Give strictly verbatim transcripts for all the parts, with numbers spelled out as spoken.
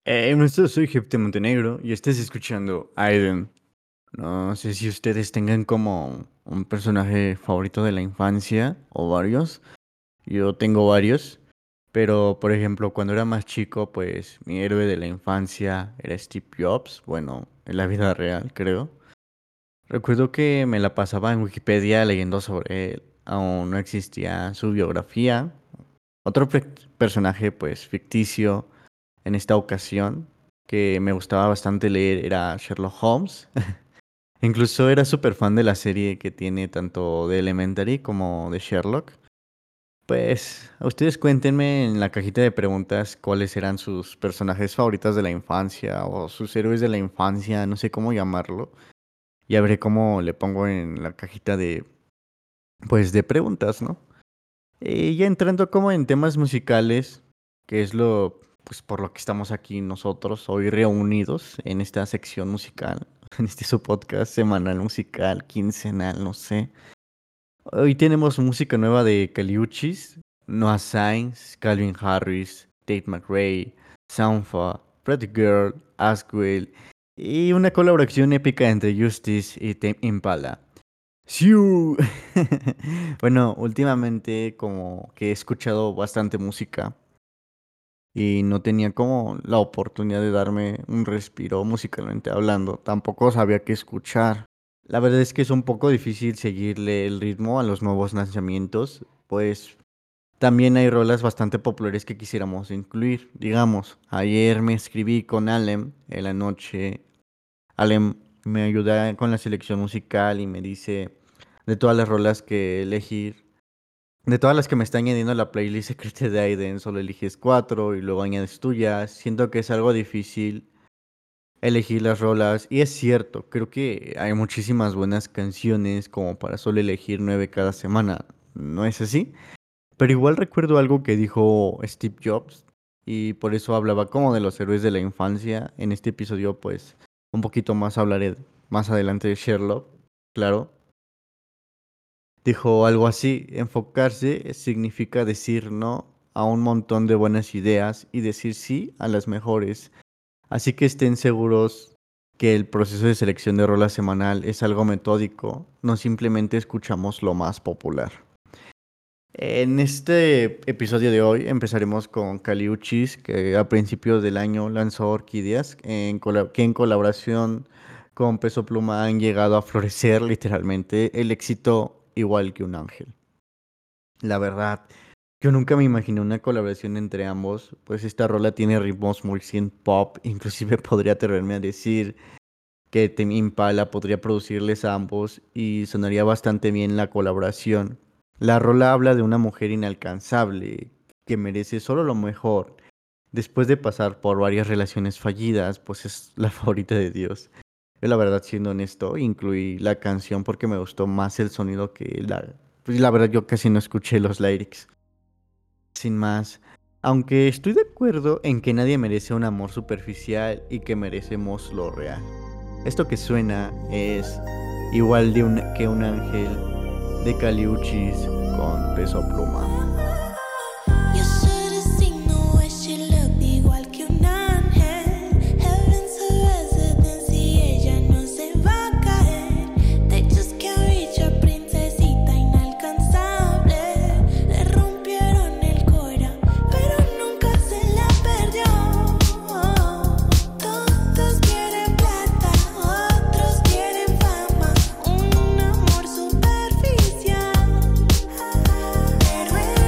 Eh, no, soy Jeff de Montenegro y estás escuchando Aiden. No sé si ustedes tengan como un personaje favorito de la infancia o varios. Yo tengo varios, pero por ejemplo, cuando era más chico, pues mi héroe de la infancia era Steve Jobs. Bueno, en la vida real, creo. Recuerdo que me la pasaba en Wikipedia leyendo sobre él. Aún no existía su biografía. Otro pe- personaje, pues ficticio en esta ocasión que me gustaba bastante leer era Sherlock Holmes. Incluso era súper fan de la serie que tiene tanto de Elementary como de Sherlock. Pues, a ustedes cuéntenme en la cajita de preguntas cuáles eran sus personajes favoritos de la infancia o sus héroes de la infancia, no sé cómo llamarlo. Ya veré cómo le pongo en la cajita de, pues, de preguntas, ¿no? Y ya entrando como en temas musicales, que es lo, pues por lo que estamos aquí nosotros hoy reunidos en esta sección musical, en este su podcast semanal musical, quincenal, no sé. Hoy tenemos música nueva de Caliuchis, Noah Sainz, Calvin Harris, Tate McRae, Soundfa, Pretty Girl, Askwell y una colaboración épica entre Justice y Tame Impala. ¡Siu! Bueno, últimamente como que he escuchado bastante música y no tenía como la oportunidad de darme un respiro musicalmente hablando. Tampoco sabía qué escuchar. La verdad es que es un poco difícil seguirle el ritmo a los nuevos lanzamientos, pues también hay rolas bastante populares que quisiéramos incluir. Digamos, ayer me escribí con Alem en la noche. Alem me ayuda con la selección musical y me dice de todas las rolas que elegir, de todas las que me está añadiendo a la playlist secreta de Aiden, solo eliges cuatro y luego añades tuyas. Siento que es algo difícil elegir las rolas y es cierto, creo que hay muchísimas buenas canciones como para solo elegir nueve cada semana, ¿no es así? Pero igual recuerdo algo que dijo Steve Jobs y por eso hablaba como de los héroes de la infancia. En este episodio pues un poquito más hablaré más adelante de Sherlock, claro. Dijo algo así, enfocarse significa decir no a un montón de buenas ideas y decir sí a las mejores. Así que estén seguros que el proceso de selección de rola semanal es algo metódico, no simplemente escuchamos lo más popular. En este episodio de hoy empezaremos con Caliuchis, que a principios del año lanzó Orquídeas, en cola- que en colaboración con Peso Pluma han llegado a florecer literalmente el éxito igual que un ángel. La verdad, yo nunca me imaginé una colaboración entre ambos, pues esta rola tiene ritmos muy synth pop, inclusive podría atreverme a decir que Tame Impala podría producirles a ambos y sonaría bastante bien la colaboración. La rola habla de una mujer inalcanzable que merece solo lo mejor. Después de pasar por varias relaciones fallidas, pues es la favorita de Dios. Yo la verdad, siendo honesto, incluí la canción porque me gustó más el sonido que la... Pues la verdad yo casi no escuché los lyrics. Sin más, aunque estoy de acuerdo en que nadie merece un amor superficial y que merecemos lo real. Esto que suena es igual de un, que un ángel de Caliuchis con Peso Pluma. You should have seen the way she looked, igual que un ángel. Heaven's her residency, ella no se va a caer. They just can't reach her, princesita inalcanzable. Le rompieron el cora, pero nunca se la perdió. Todos quieren plata, otros quieren fama, un amor superficial. Pero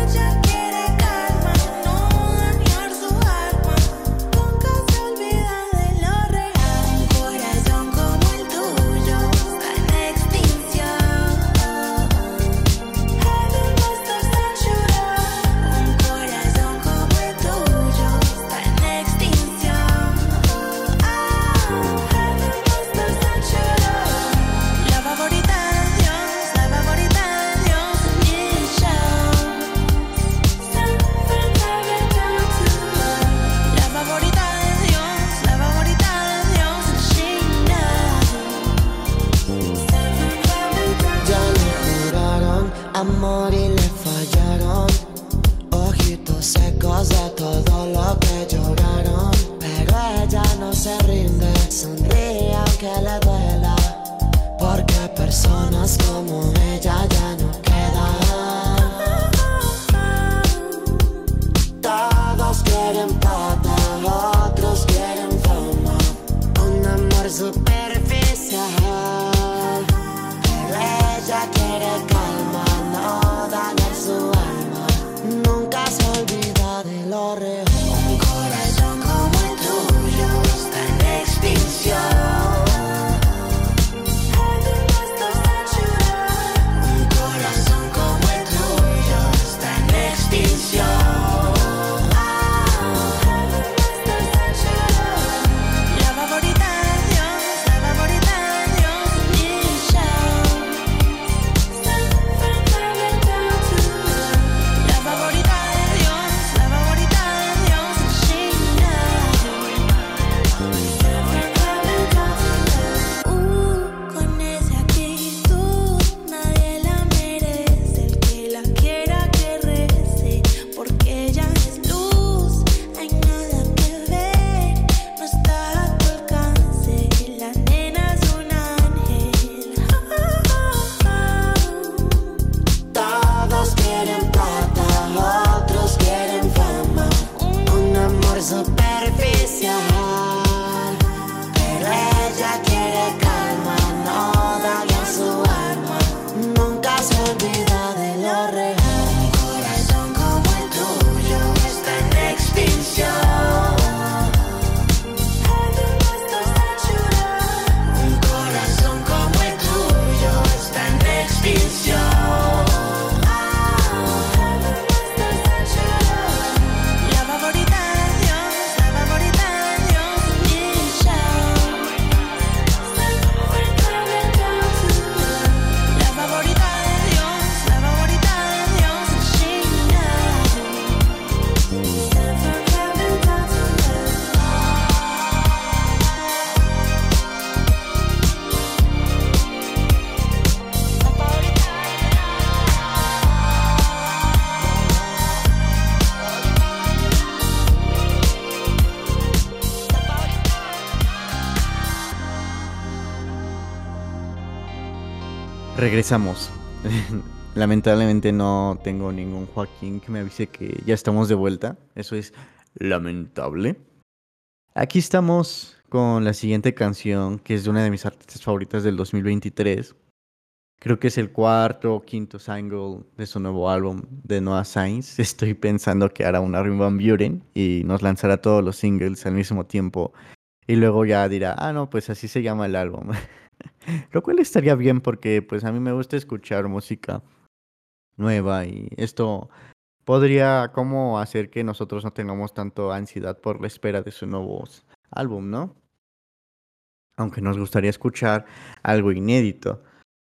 se rinde, sonríe aunque le duela, porque personas como ella ya no quedan. Todos quieren plata, otros quieren fama, un amor superficial, pero ella quiere calma, no dañar su alma, nunca se olvida de lo real. Un corazón como el tuyo está en extinción. Un corazón como el tuyo está en extinción. La favorita de Dios, la favorita de Dios, Nisha. La favorita de Dios, la favorita de Dios, Sheila. Uh, con esa actitud nadie la merece. El que la quiera que rece, porque ella es luz, hay nada que ver, no está a tu alcance. La nena es un ángel. Todos quieren plata, otros quieren fama, un amor superficial, pero ella quiere calma, no daña su alma, nunca se olvida de lo real. Un corazón como el tuyo está en extinción. Un corazón como el tuyo está en extinción. La favorita de Dios, la favorita de Dios, Nisha. La favorita de Dios, la favorita de Dios, Sheila. Regresamos. Lamentablemente no tengo ningún Joaquín que me avise que ya estamos de vuelta. Eso es lamentable. Aquí estamos con la siguiente canción, que es de una de mis artistas favoritas del dos mil veintitrés. Creo que es el cuarto o quinto single de su nuevo álbum de Noah Sainz. Estoy pensando que hará una Armin van Buren y nos lanzará todos los singles al mismo tiempo. Y luego ya dirá, ah, no, pues así se llama el álbum. Lo cual estaría bien porque pues a mí me gusta escuchar música nueva y esto podría como hacer que nosotros no tengamos tanto ansiedad por la espera de su nuevo s- álbum, ¿no? Aunque nos gustaría escuchar algo inédito.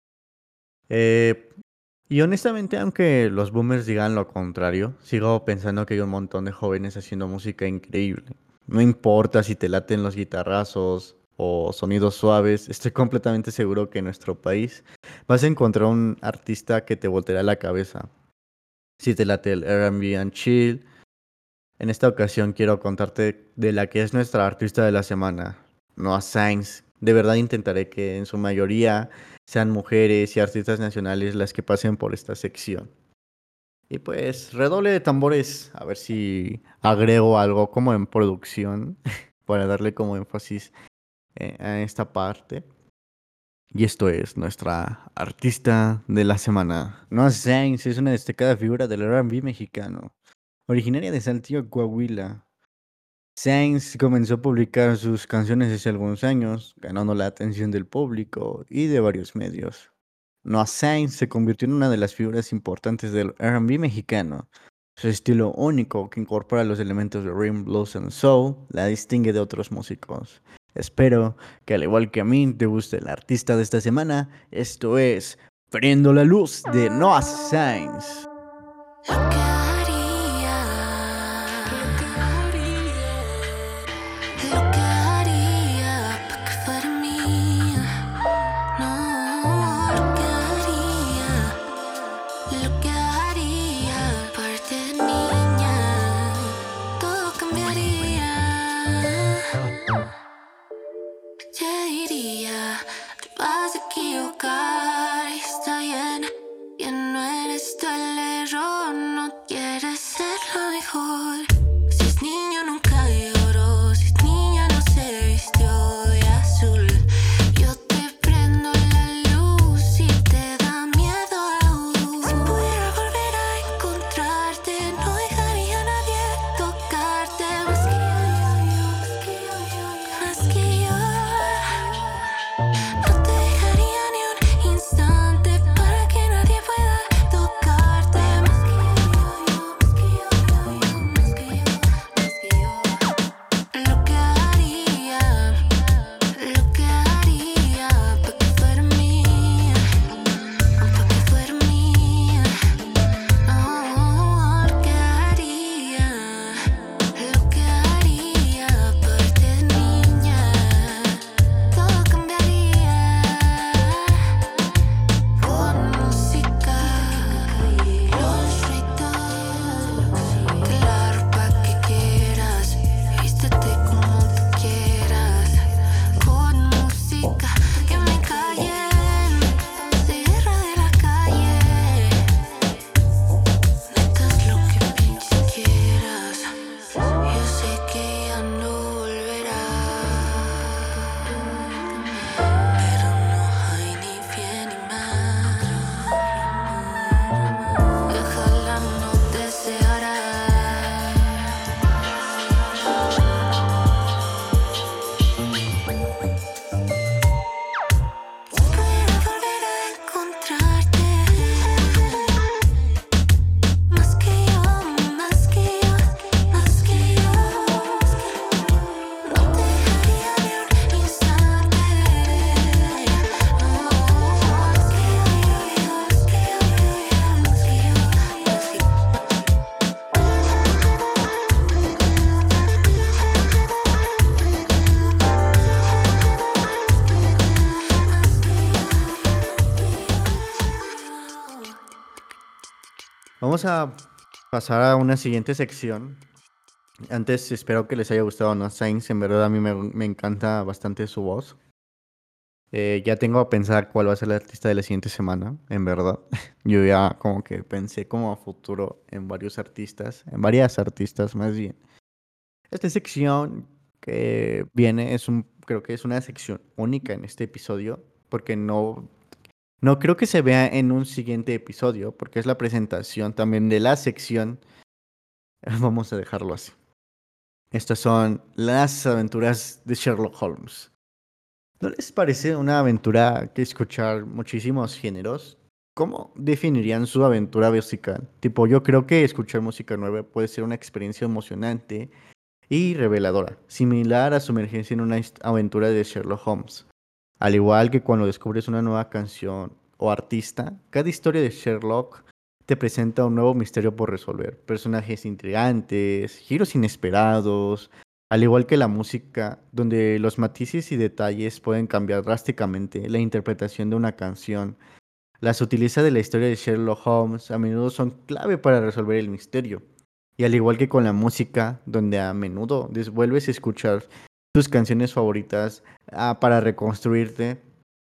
Eh, y honestamente, aunque los boomers digan lo contrario, sigo pensando que hay un montón de jóvenes haciendo música increíble. No importa si te laten los guitarrazos o sonidos suaves, estoy completamente seguro que en nuestro país vas a encontrar un artista que te volteará la cabeza. Si te late el R and B and chill, en esta ocasión quiero contarte de la que es nuestra artista de la semana, Noah Sainz. De verdad intentaré que en su mayoría sean mujeres y artistas nacionales las que pasen por esta sección. Y pues redoble de tambores, a ver si agrego algo como en producción para darle como énfasis eh, a esta parte. Y esto es nuestra artista de la semana. Noah Sainz es una destacada figura del R and B mexicano, originaria de Saltillo, Coahuila. Sainz comenzó a publicar sus canciones hace algunos años, ganando la atención del público y de varios medios. Noah Sainz se convirtió en una de las figuras importantes del R and B mexicano. Su estilo único, que incorpora los elementos de rhythm, blues and soul, la distingue de otros músicos. Espero que al igual que a mí te guste el artista de esta semana. Esto es Prendo la Luz de Noah Sainz. Lo que haría, lo que haría pa' que fuera mía. No, lo que haría, lo que haría por ti, niña. Todo cambiaría. equivocar, está bien. Que no eres tú el error, no quieres ser lo mejor. Si es niño nunca lloró, si es niña no se vistió de azul. Yo te prendo la luz y te da miedo a vudú. Si pudiera volver a encontrarte, no dejaría a nadie tocarte. Más que yo, más que yo, no te dejaría ni un instante para que nadie pueda tocarte. Más que yo, más que yo, más que yo, más que yo. Lo que haría, lo que haría pa' que fuera mía, pa' que fuera mía. No, lo que haría, lo que haría por ti niña. Todo cambiaría con música, los ritos, de la ropa que quieras, vístete como tú quieras. Con música que me callen, de guerra de la calle. Metas lo que pinches quieras, yo sé que ya no volverá. Pero no hay ni bien ni mal. Y ojalá no deseara. Si pudiera volver a encontrarte, más que yo, más que yo, más que yo, no te dejaría ni un instante. No, más que yo, más que yo, más que yo, más que yo. Vamos a pasar a una siguiente sección. Antes espero que les haya gustado No Saints. En verdad a mí me, me encanta bastante su voz. Eh, ya tengo a pensar cuál va a ser la artista de la siguiente semana, en verdad. Yo ya como que pensé como a futuro en varios artistas, en varias artistas más bien. Esta sección que viene es un, creo que es una sección única en este episodio, porque no, no creo que se vea en un siguiente episodio, porque es la presentación también de la sección. Vamos a dejarlo así. Estas son las aventuras de Sherlock Holmes. ¿No les parece una aventura que escuchar muchísimos géneros? ¿Cómo definirían su aventura musical? Tipo, yo creo que escuchar música nueva puede ser una experiencia emocionante y reveladora, similar a sumergirse en una hist- aventura de Sherlock Holmes. Al igual que cuando descubres una nueva canción o artista, cada historia de Sherlock te presenta un nuevo misterio por resolver, personajes intrigantes, giros inesperados, al igual que la música, donde los matices y detalles pueden cambiar drásticamente la interpretación de una canción. Las sutilezas de la historia de Sherlock Holmes a menudo son clave para resolver el misterio. Y al igual que con la música, donde a menudo des- vuelves a escuchar tus canciones favoritas ah, para reconstruirte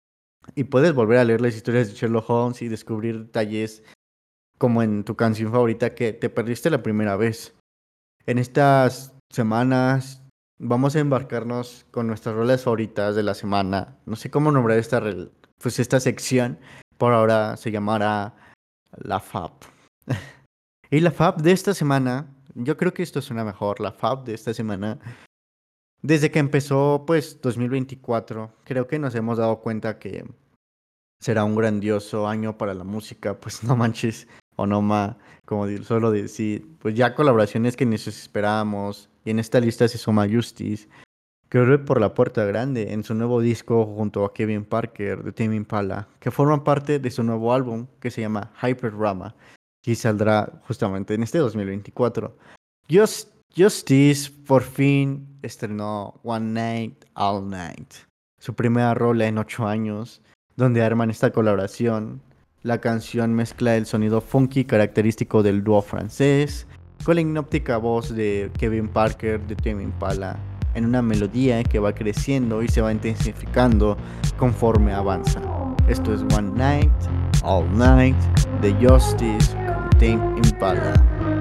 y puedes volver a leer las historias de Sherlock Holmes y descubrir detalles como en tu canción favorita que te perdiste la primera vez. En estas semanas vamos a embarcarnos con nuestras rolas favoritas de la semana. No sé cómo nombrar esta, rel- pues esta sección. Por ahora se llamará la F A B. Y la F A B de esta semana, yo creo que esto suena mejor. La F A B de esta semana, desde que empezó pues dos mil veinticuatro, creo que nos hemos dado cuenta que será un grandioso año para la música. Pues no manches, o no ma, como di- suelo decir, pues ya colaboraciones que ni nos esperábamos. Y en esta lista se suma Justice, que vuelve por la puerta grande en su nuevo disco junto a Kevin Parker de Tame Impala, que forman parte de su nuevo álbum que se llama Hyperdrama, y saldrá justamente en este dos mil veinticuatro. Just, Justice por fin estrenó One Night All Night, su primera rola en ocho años, donde arman esta colaboración. La canción mezcla el sonido funky característico del dúo francés con la hipnótica voz de Kevin Parker de Tame Impala en una melodía que va creciendo y se va intensificando conforme avanza. Esto es One Night, All Night, de Justice con Tame Impala.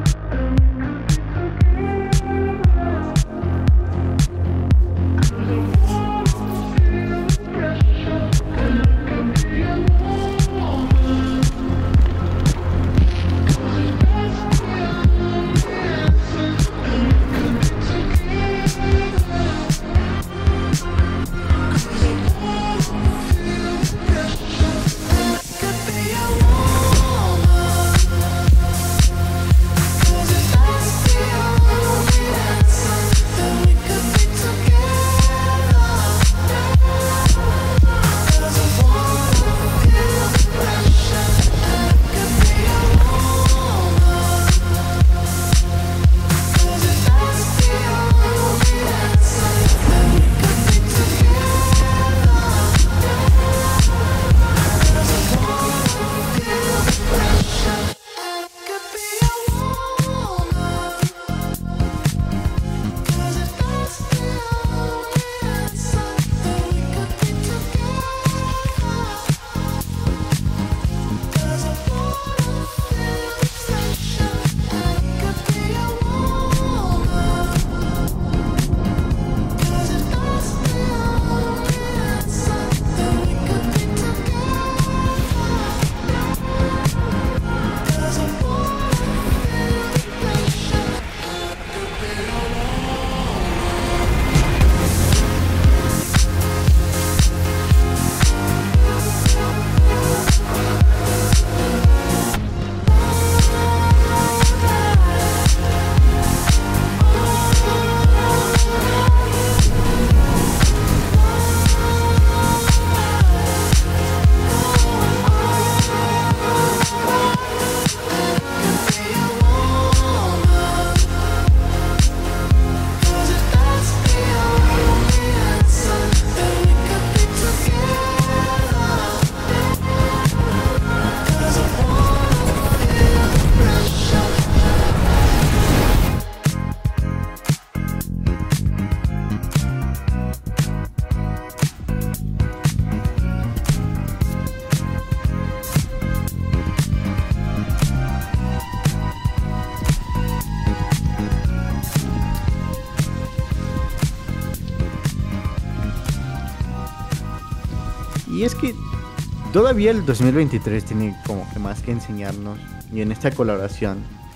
Y es que todavía el dos mil veintitrés tiene como que más que enseñarnos. Y en esta colaboración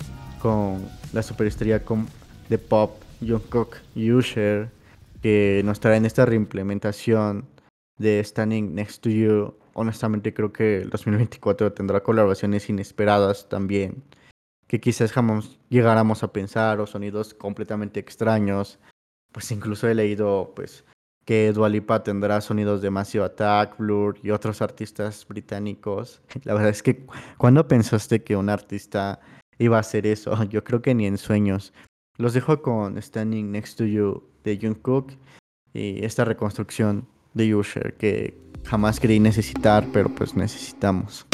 con la superestrella de pop Jungkook y Usher, que nos traen esta reimplementación de Standing Next to You. Honestamente creo que el dos mil veinticuatro tendrá colaboraciones inesperadas también, que quizás jamás llegáramos a pensar, o sonidos completamente extraños. Pues incluso he leído pues que Dua Lipa tendrá sonidos de Massive Attack, Blur y otros artistas británicos. La verdad es que, ¿cuándo pensaste que un artista iba a hacer eso? Yo creo que ni en sueños. Los dejo con Standing Next to You de Jungkook y esta reconstrucción de Usher que jamás creí necesitar, pero pues necesitamos.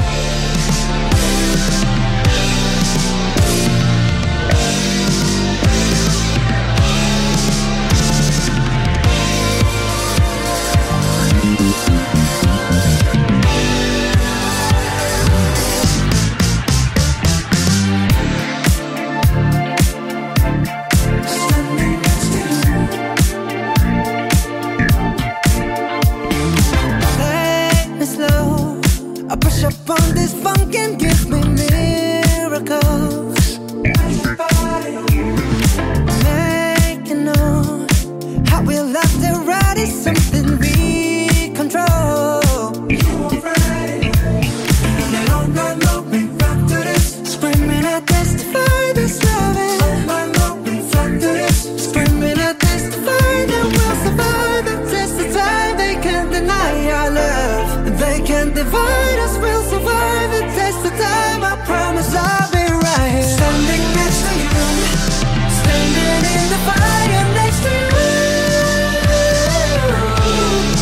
Upon this funk and give me miracles. Making know how we love to ride is something we control. All night long we rock to this, screaming I testify this loving. All night long we rock to this, screaming I testify that we'll survive the test of time. They can't deny our love, they can't divide us. We'll survive the test of time. I promise I'll be right. Standing next to you, standing in the fire next to you.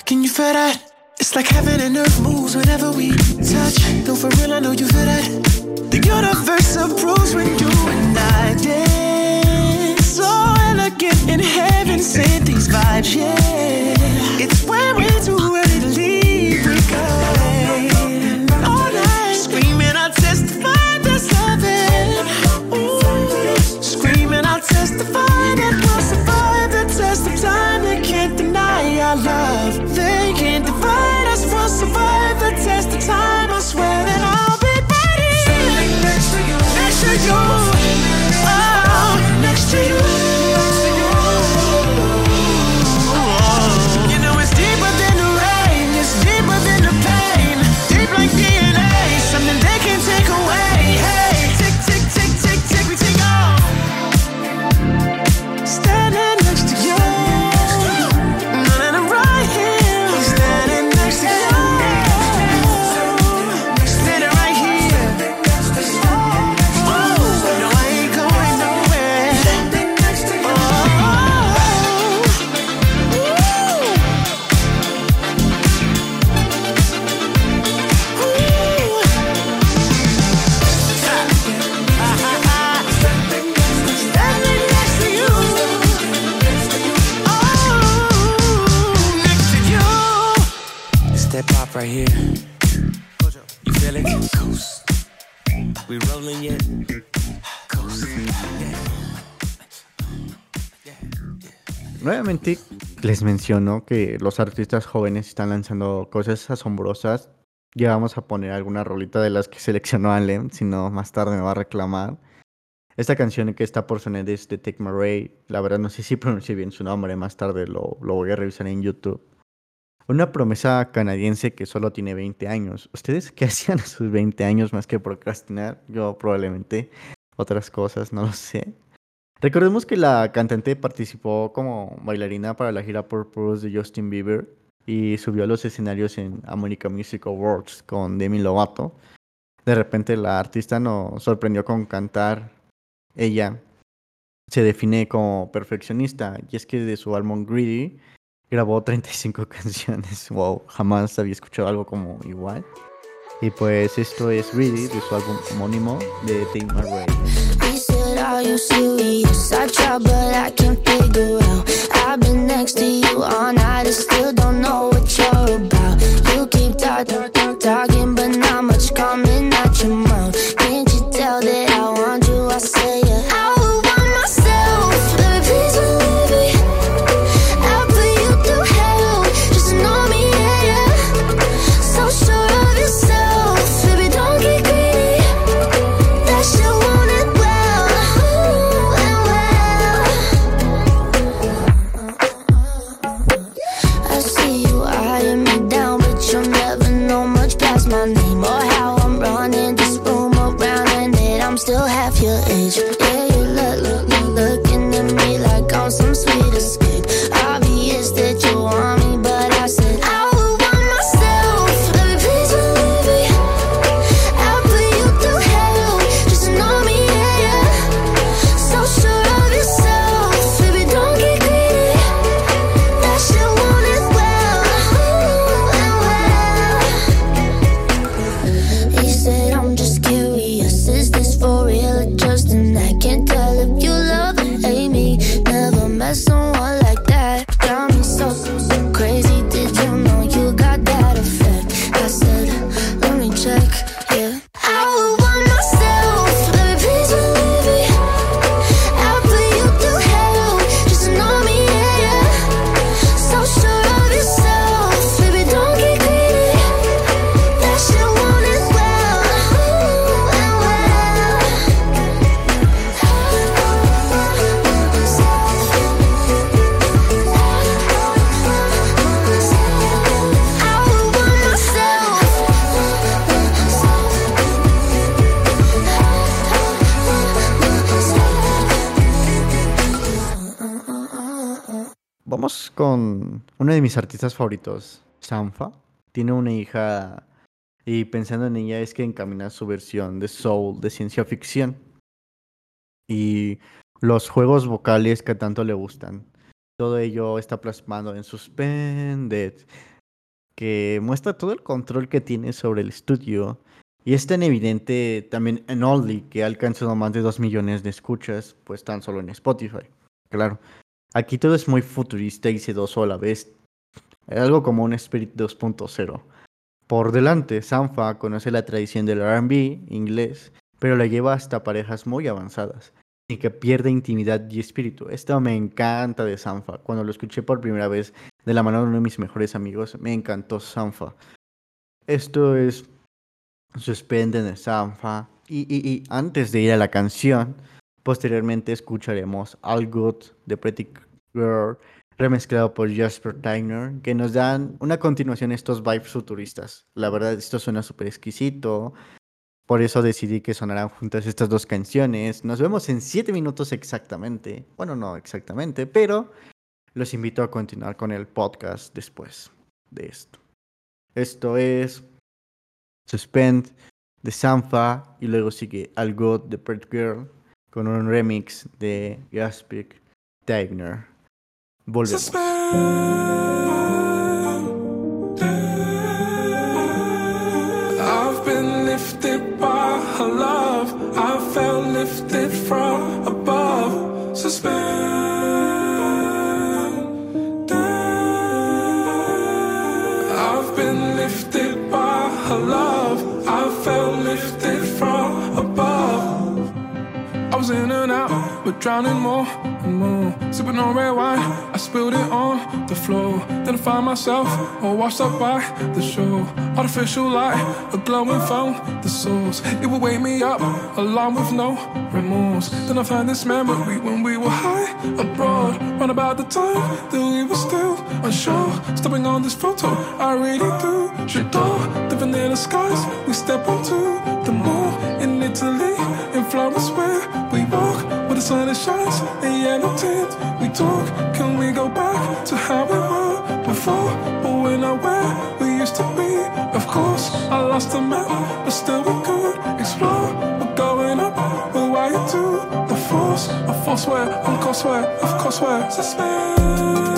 Can you feel that? It's like heaven and earth moves whenever we touch. No, for real, I know you feel that. The universe approves when you and I dance. So elegant in heaven, sent these vibes, yeah. It's when we're too ready to leave, we go all night, screaming, I'll testify that's heaven. Ooh, screaming, I'll testify that we'll survive the test of time. They can't deny our love. They can't divide us. We'll survive the test of time. I swear that I'll be ready. Standing next to you, next to you, oh, next to you. You know it's deeper than the rain. It's deeper than the pain. Deep like D N A, something they can't take away. Hey, tick, tick, tick, tick, tick, we take off. Standing next to you. And I'm right here. Standing next to you. Standing right here. Oh, no, I ain't going nowhere. Standing next to you. Oh, next to you. It's that pop right here. You feel it? Coast. We rolling yet? Coast. Nuevamente les menciono que los artistas jóvenes están lanzando cosas asombrosas. Ya vamos a poner alguna rolita de las que seleccionó Alem, si no más tarde me va a reclamar. Esta canción que está por sonar es de Tech Murray. La verdad no sé si pronuncié bien su nombre, más tarde lo, lo voy a revisar en YouTube. Una promesa canadiense que solo tiene veinte años. ¿Ustedes qué hacían a sus veinte años más que procrastinar? Yo probablemente otras cosas, no lo sé. Recordemos que la cantante participó como bailarina para la gira Purpose de Justin Bieber y subió a los escenarios en American Music Awards con Demi Lovato. De repente la artista nos sorprendió con cantar. Ella se define como perfeccionista y es que de su álbum Greedy grabó treinta y cinco canciones. Wow, jamás había escuchado algo como igual. Y pues esto es Greedy de su álbum homónimo de Tech Murray. He said, are you serious? I try, but I can't figure out. I've been next to you all night and still don't know what you're about. You keep talking, talking, but not much coming out your mouth. Can't you tell that I want you? I say, yeah. I would want myself, baby, please believe me. I'll put you through hell, just to know me, yeah, yeah. So sure of yourself, baby, don't get greedy. That shit want it well, ooh, and well. I see you eyeing me down, but you'll never know much past my name or how I'm running this room around, and that I'm still half your age. Yeah, you look, look, look, looking at me like I'm some sweet escape. Obvious that you want me, but I said I would want myself. Baby, please believe me. I'll put you through hell, just to know me, yeah, yeah. So sure of yourself, baby, don't get greedy. That shit want it well, ooh, and well. He said, I'm just curious, is this for real or just an act? Can't tell if you love or hate me. Never met someone like that. Got me so, so crazy. Did you know you got that effect? I said, let me check, yeah. I would want myself, baby, please believe me. I'll put you through hell, just to know me, yeah, yeah. So sure of yourself, baby, don't get greedy. That shit want it well, ooh, and well. I would want myself. Vamos con uno de mis artistas favoritos, Sampha. Tiene una hija y pensando en ella es que encamina su versión de soul de ciencia ficción y los juegos vocales que tanto le gustan. Todo ello está plasmado en Suspended. que muestra todo el control que tiene sobre el estudio. Y es tan evidente también en Only, que ha alcanzado más de dos millones de escuchas, pues tan solo en Spotify. Claro, aquí todo es muy futurista y sedoso a la vez. Algo como un Spirit dos punto cero. Por delante, Sampha conoce la tradición del R and B inglés, pero la lleva hasta parejas muy avanzadas, y que pierde intimidad y espíritu. Esto me encanta de Sampha. Cuando lo escuché por primera vez de la mano de uno de mis mejores amigos, me encantó Sampha. Esto es Suspenden de Sampha. Y, y, y antes de ir a la canción, posteriormente escucharemos All Good de Pretty Girl, remezclado por Jasper Tyner, que nos dan una continuación a estos vibes futuristas. La verdad, esto suena súper exquisito. Por eso decidí que sonaran juntas estas dos canciones. Nos vemos en siete minutos exactamente. Bueno, no exactamente, pero los invito a continuar con el podcast después de esto. Esto es Suspend de Sampha y luego sigue All Good de Pretty Girl con un remix de Jasper Tyner. Volvemos. I've been lifted by her love. I felt lifted from above. Suspend. I've been lifted by her love. I felt lifted from above. I was in and out, but drowning more and more. Sipping on red wine, I spilled it on the floor. Then I find myself all washed up by the shore. Artificial light, a glowing foam, the source. It would wake me up, along with no remorse. Then I find this memory when we were high abroad. Round about the time that we were still unsure. Stepping on this photo, I really do. J'adore the vanilla skies we step onto. The moon in Italy, in Florence where we walk, where the sun shines, a yellow tint. We talk, can we go back to how we were before? But we're not where we used to be. Of course, I lost the map, but still we could explore. We're going up, we're wired to the force. A force where, on course where, of course where. Suspend.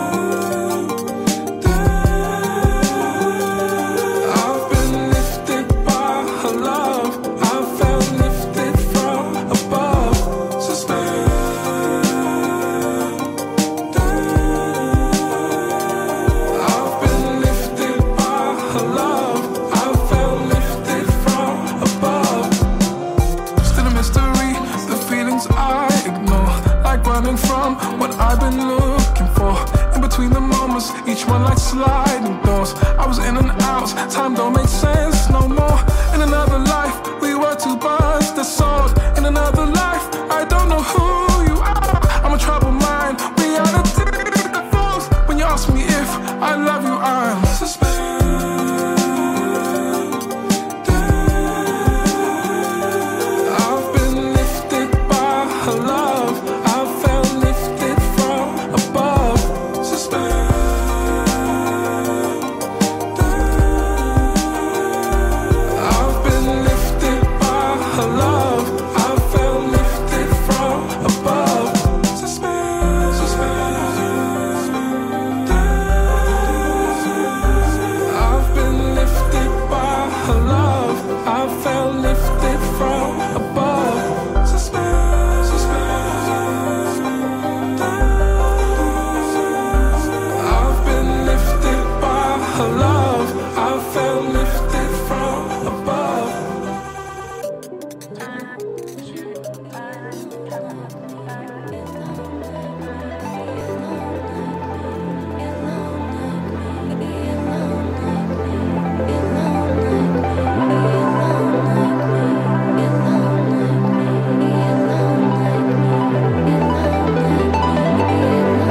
Each one like sliding doors. I was in and out, time don't make sense no more. In another life, we were two birds that soared. In another life, I don't know who you are. I'm a troubled mind, reality that falls. When you ask me if I love you, I'm suspended. I've been lifted by her love. I felt lifted from above. Suspended.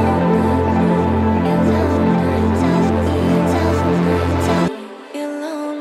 Alone.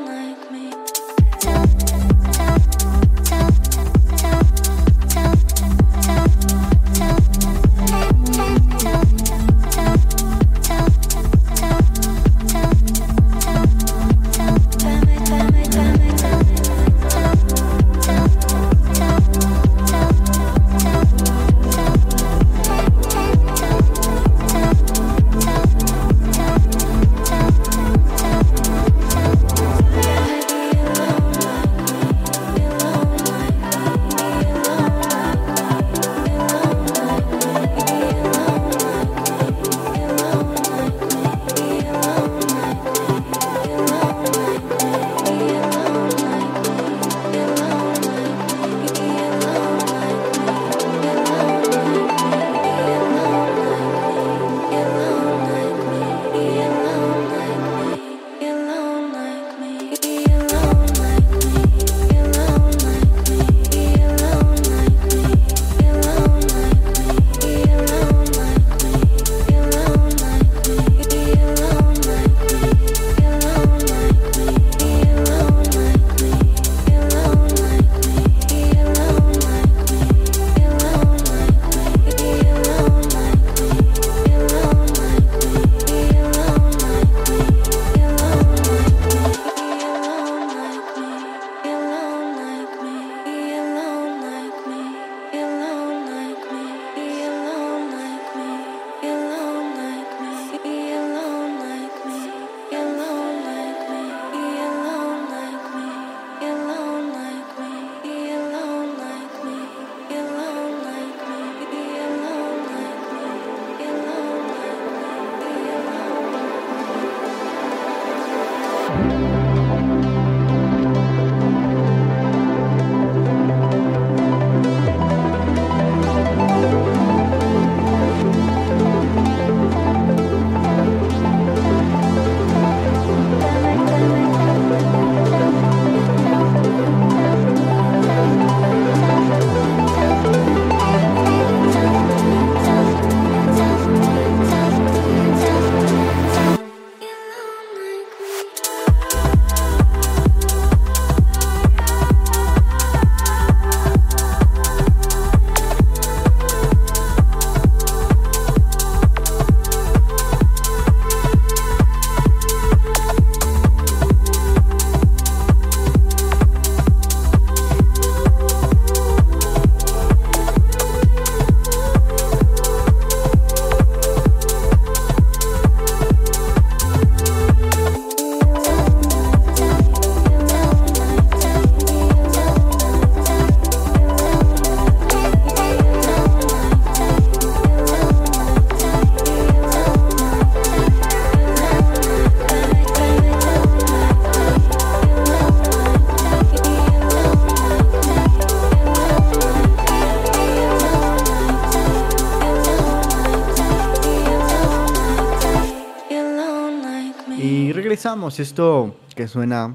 Y regresamos. Esto que suena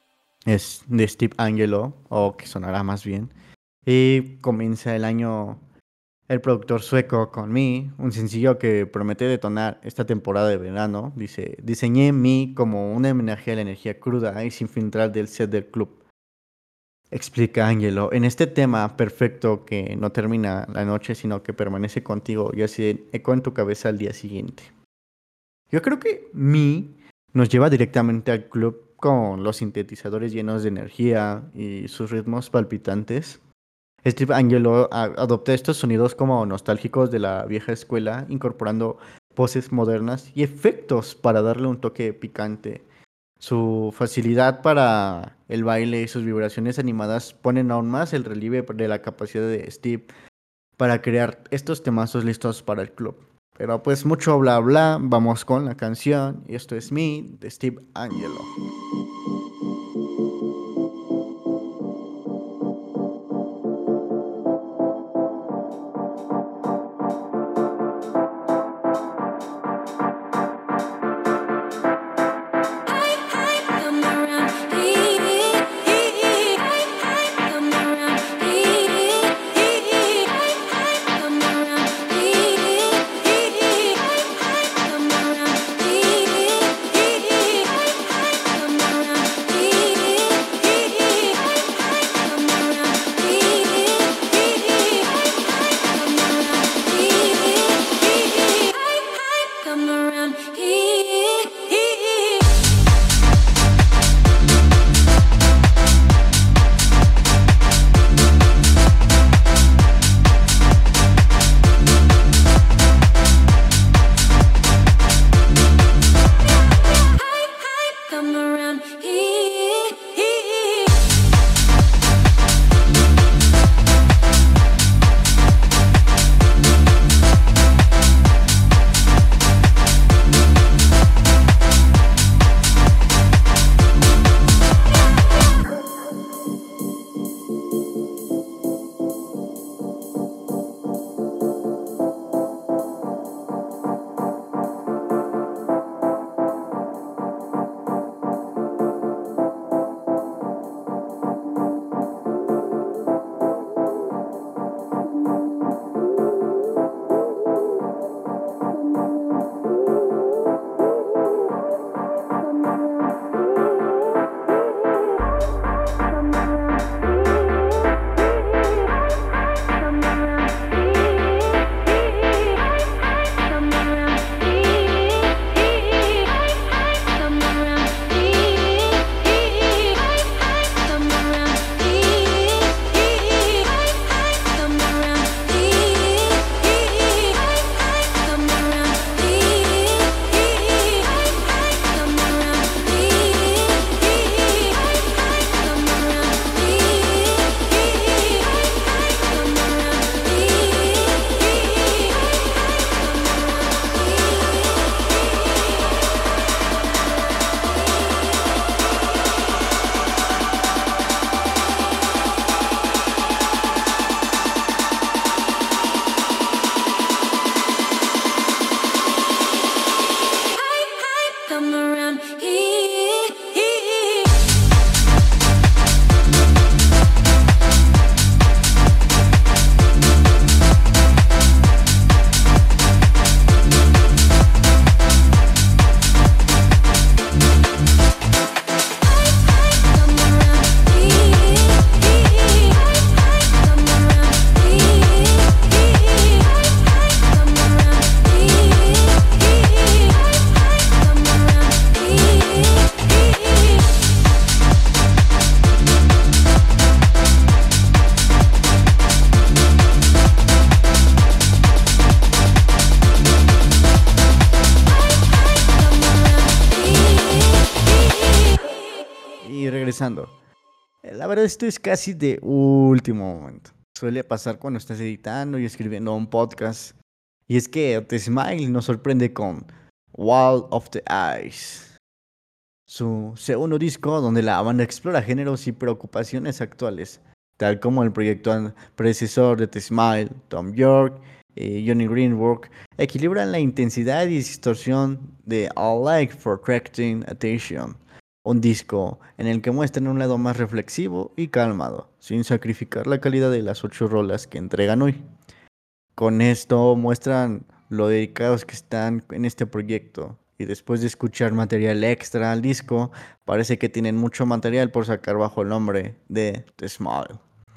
es de Steve Angelo, o que sonará más bien. Y comienza el año el productor sueco con Me, un sencillo que promete detonar esta temporada de verano. Dice, diseñé Me como un homenaje a la energía cruda y sin filtrar del set del club. Explica Angelo, en este tema perfecto que no termina la noche, sino que permanece contigo y hace eco en tu cabeza al día siguiente. Yo creo que Me nos lleva directamente al club con los sintetizadores llenos de energía y sus ritmos palpitantes. Steve Angelo a- adopta estos sonidos como nostálgicos de la vieja escuela, incorporando voces modernas y efectos para darle un toque picante. Su facilidad para el baile y sus vibraciones animadas ponen aún más el relieve de la capacidad de Steve para crear estos temazos listos para el club. Pero pues mucho bla bla, vamos con la canción. Y esto es Me de Steve Angelo. Come around, come around, come around, come around. around here. Y regresando, eh, la verdad esto es casi de último momento. Suele pasar cuando estás editando y escribiendo un podcast. Y es que The Smile nos sorprende con Wall of the Eyes, su segundo disco donde la banda explora géneros y preocupaciones actuales, tal como el proyecto an- predecesor de The Smile, Tom York y Johnny Greenwood, equilibran la intensidad y distorsión de All Like for Attracting Attention, un disco en el que muestran un lado más reflexivo y calmado, sin sacrificar la calidad de las ocho rolas que entregan hoy. Con esto muestran lo dedicados que están en este proyecto. Y después de escuchar material extra al disco, parece que tienen mucho material por sacar bajo el nombre de The Smile.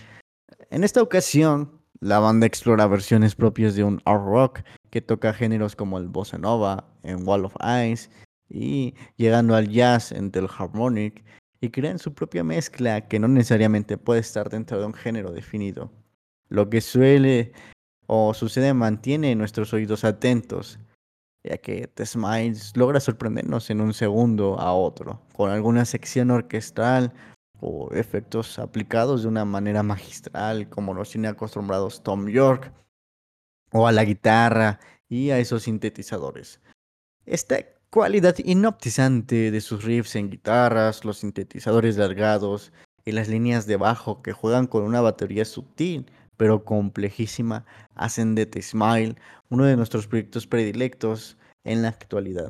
En esta ocasión, la banda explora versiones propias de un art rock que toca géneros como el bossa nova en Wall of Eyes y llegando al jazz en The Harmonic, y crean su propia mezcla que no necesariamente puede estar dentro de un género definido. Lo que suele o sucede mantiene nuestros oídos atentos, ya que The Smiles logra sorprendernos en un segundo a otro, con alguna sección orquestal o efectos aplicados de una manera magistral, como nos tiene acostumbrados Tom York, o a la guitarra y a esos sintetizadores. Esta cualidad hipnotizante de sus riffs en guitarras, los sintetizadores largados y las líneas de bajo que juegan con una batería sutil pero complejísima hacen de The Smile uno de nuestros proyectos predilectos en la actualidad.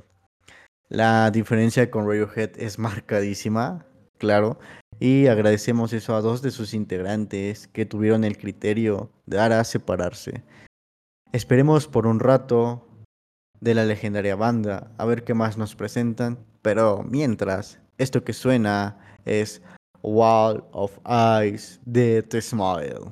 La diferencia con Radiohead es marcadísima, claro, y agradecemos eso a dos de sus integrantes que tuvieron el criterio de dar a separarse. Esperemos por un rato de la legendaria banda, a ver qué más nos presentan, pero mientras, esto que suena es Wall of Eyes de The Smile.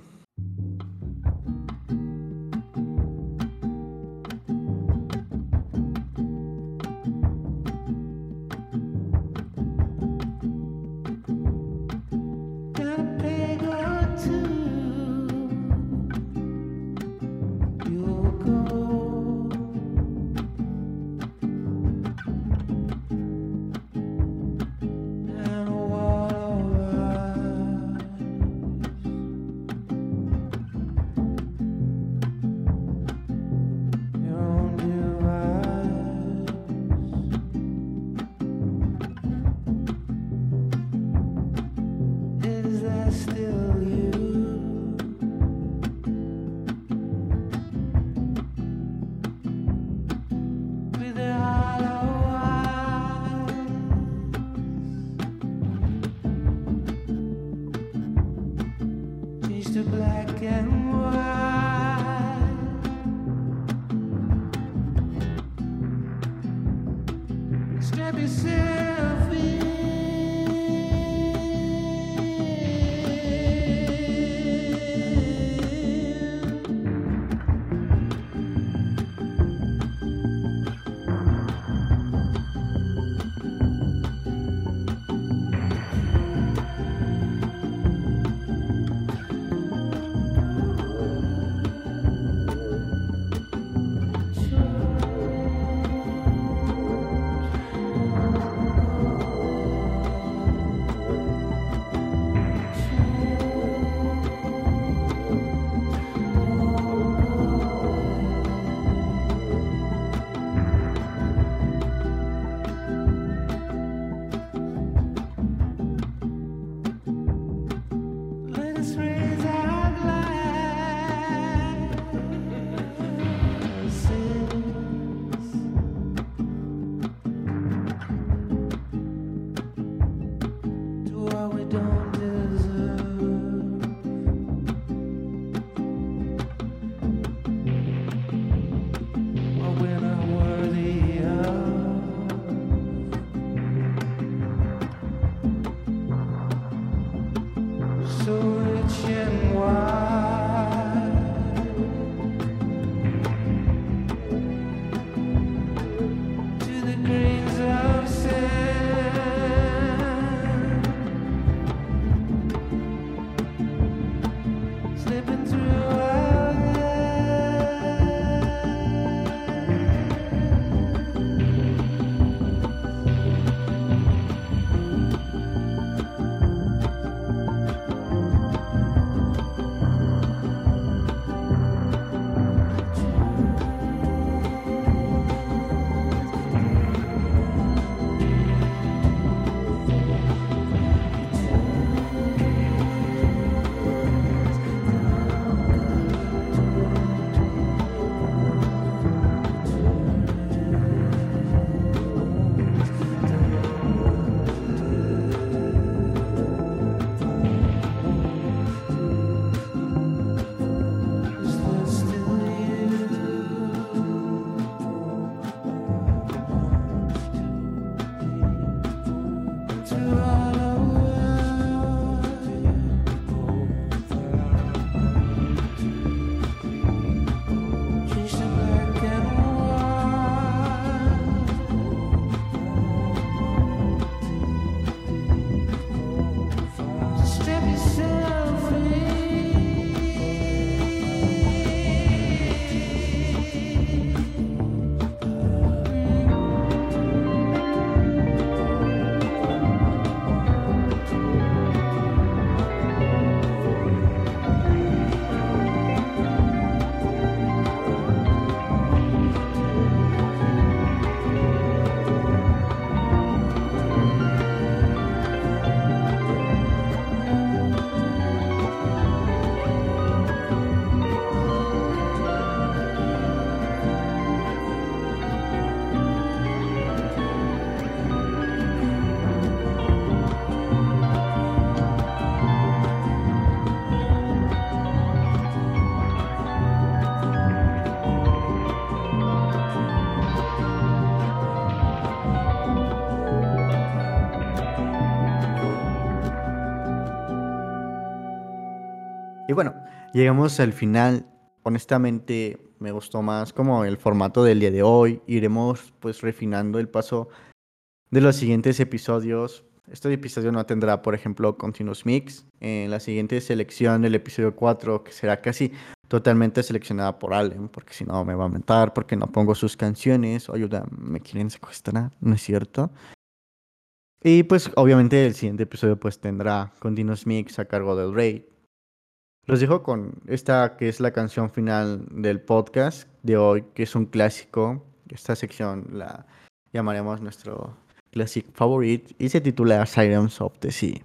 Y bueno, llegamos al final. Honestamente, me gustó más como el formato del día de hoy. Iremos pues refinando el paso de los siguientes episodios. Este episodio no tendrá, por ejemplo, Continuous Mix. En la siguiente selección del episodio cuatro, que será casi totalmente seleccionada por Allen, porque si no me va a mentar, porque no pongo sus canciones. Oye, me quieren secuestrar, ¿no es cierto? Y pues obviamente el siguiente episodio pues tendrá Continuous Mix a cargo del Rey. Los dejo con esta que es la canción final del podcast de hoy, que es un clásico. Esta sección la llamaremos nuestro Classic Favorite y se titula Sirens of the Sea.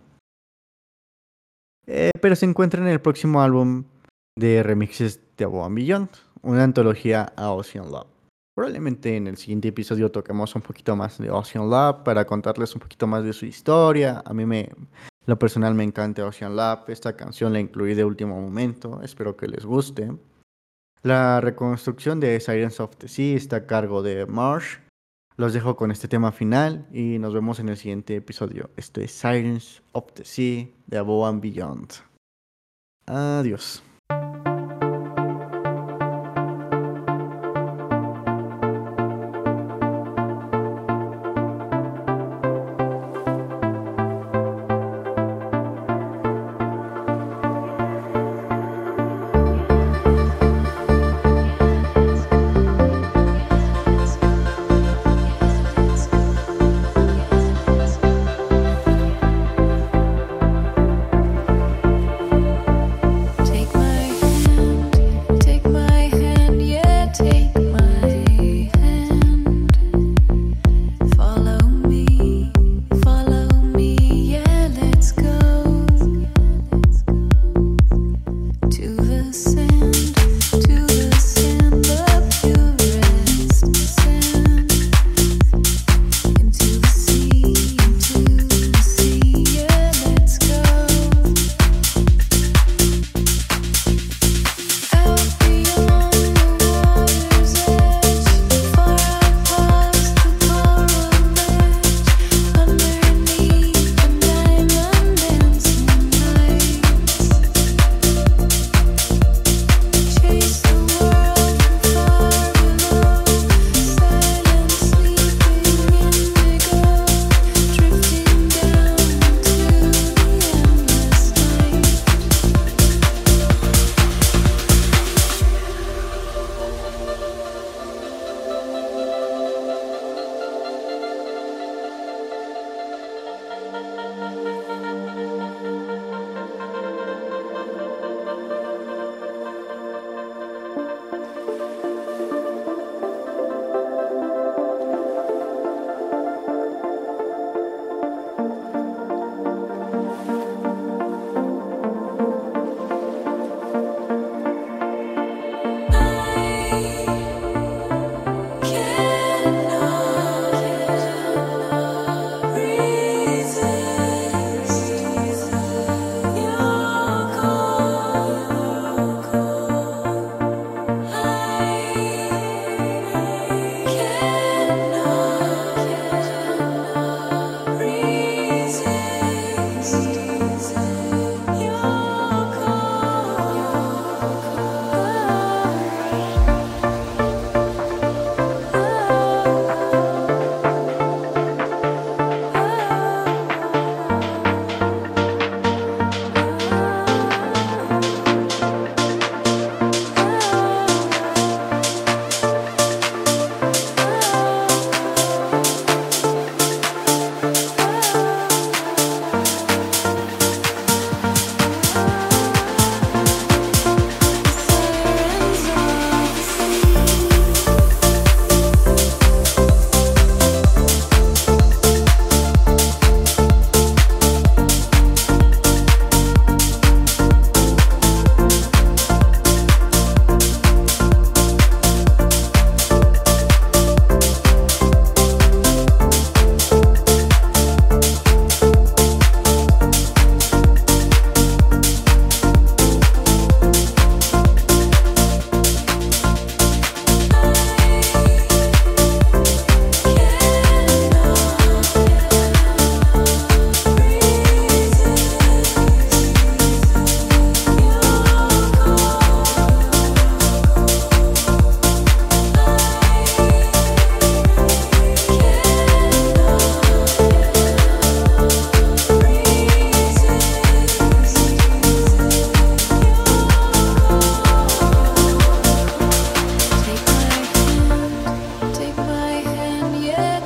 Eh, pero se encuentra en el próximo álbum de remixes de Above and Beyond, una antología a Ocean Love. Probablemente en el siguiente episodio toquemos un poquito más de Ocean Love para contarles un poquito más de su historia. A mí me, lo personal me encanta Ocean Love. Esta canción la incluí de último momento. Espero que les guste. La reconstrucción de Sirens of the Sea está a cargo de Marsh. Los dejo con este tema final y nos vemos en el siguiente episodio. Esto es Sirens of the Sea de Above and Beyond. Adiós. Take my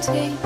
take